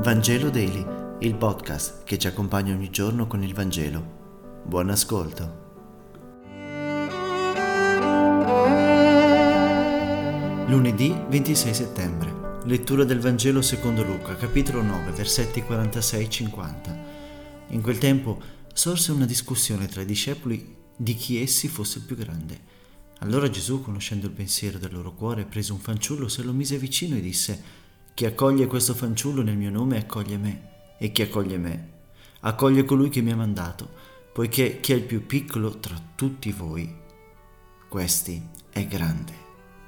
Vangelo Daily, il podcast che ci accompagna ogni giorno con il Vangelo. Buon ascolto. Lunedì 26 settembre. Lettura del Vangelo secondo Luca, capitolo 9, versetti 46-50. In quel tempo sorse una discussione tra i discepoli di chi essi fosse il più grande. Allora Gesù, conoscendo il pensiero del loro cuore, prese un fanciullo, se lo mise vicino e disse: chi accoglie questo fanciullo nel mio nome accoglie me, e chi accoglie me accoglie colui che mi ha mandato, poiché chi è il più piccolo tra tutti voi, questi è grande.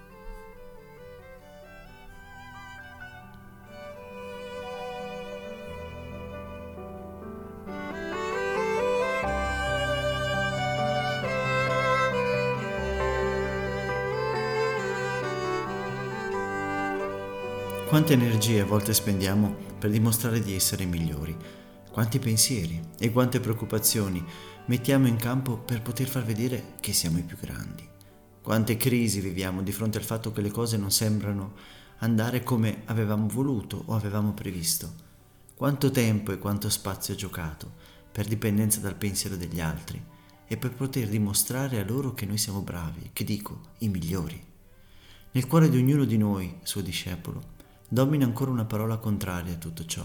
Quante energie a volte spendiamo per dimostrare di essere migliori, quanti pensieri e quante preoccupazioni mettiamo in campo per poter far vedere che siamo i più grandi. Quante crisi viviamo di fronte al fatto che le cose non sembrano andare come avevamo voluto o avevamo previsto. Quanto tempo e quanto spazio giocato per dipendenza dal pensiero degli altri e per poter dimostrare a loro che noi siamo bravi, che dico, i migliori. Nel cuore di ognuno di noi, suo discepolo, domina ancora una parola contraria a tutto ciò.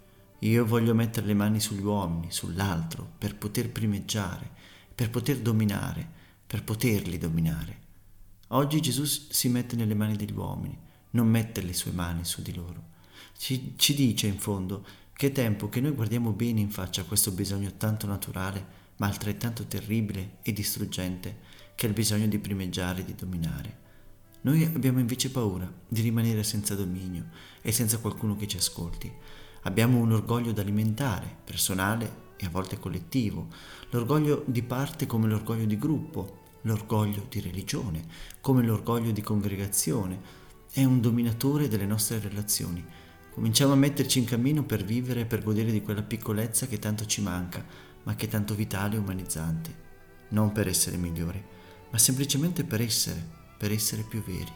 Io voglio mettere le mani sugli uomini, sull'altro, per poter primeggiare, per poter dominare, per poterli dominare. Oggi Gesù si mette nelle mani degli uomini, non mette le sue mani su di loro. Ci dice in fondo che è tempo che noi guardiamo bene in faccia a questo bisogno tanto naturale, ma altrettanto terribile e distruggente, che è il bisogno di primeggiare e di dominare. Noi abbiamo invece paura di rimanere senza dominio e senza qualcuno che ci ascolti. Abbiamo un orgoglio da alimentare, personale e a volte collettivo, l'orgoglio di parte come l'orgoglio di gruppo, l'orgoglio di religione come l'orgoglio di congregazione. È un dominatore delle nostre relazioni. Cominciamo a metterci in cammino per vivere e per godere di quella piccolezza che tanto ci manca, ma che è tanto vitale e umanizzante. Non per essere migliori, ma semplicemente per essere più veri.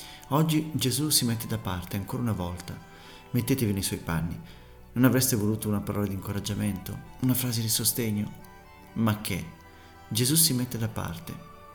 Oggi Gesù si mette da parte ancora una volta. Mettetevi nei suoi panni. Non avreste voluto una parola di incoraggiamento, una frase di sostegno? Ma che? Gesù si mette da parte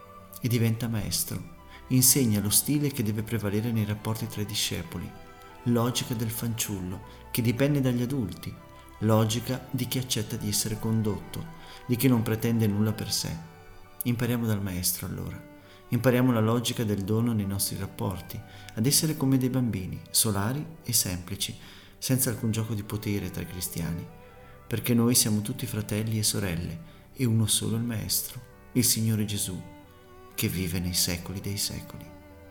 e diventa maestro. Insegna lo stile che deve prevalere nei rapporti tra i discepoli. Logica del fanciullo che dipende dagli adulti. Logica di chi accetta di essere condotto, di chi non pretende nulla per sé. Impariamo dal maestro allora. Impariamo la logica del dono nei nostri rapporti, ad essere come dei bambini, solari e semplici, senza alcun gioco di potere tra i cristiani, perché noi siamo tutti fratelli e sorelle e uno solo il Maestro, il Signore Gesù, che vive nei secoli dei secoli.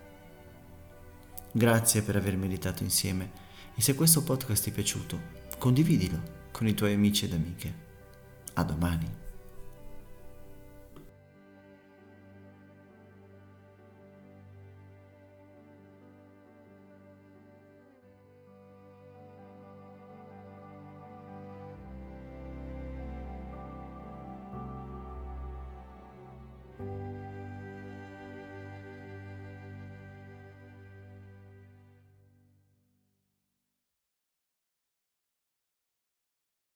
Grazie per aver meditato insieme e se questo podcast ti è piaciuto, condividilo con i tuoi amici ed amiche. A domani.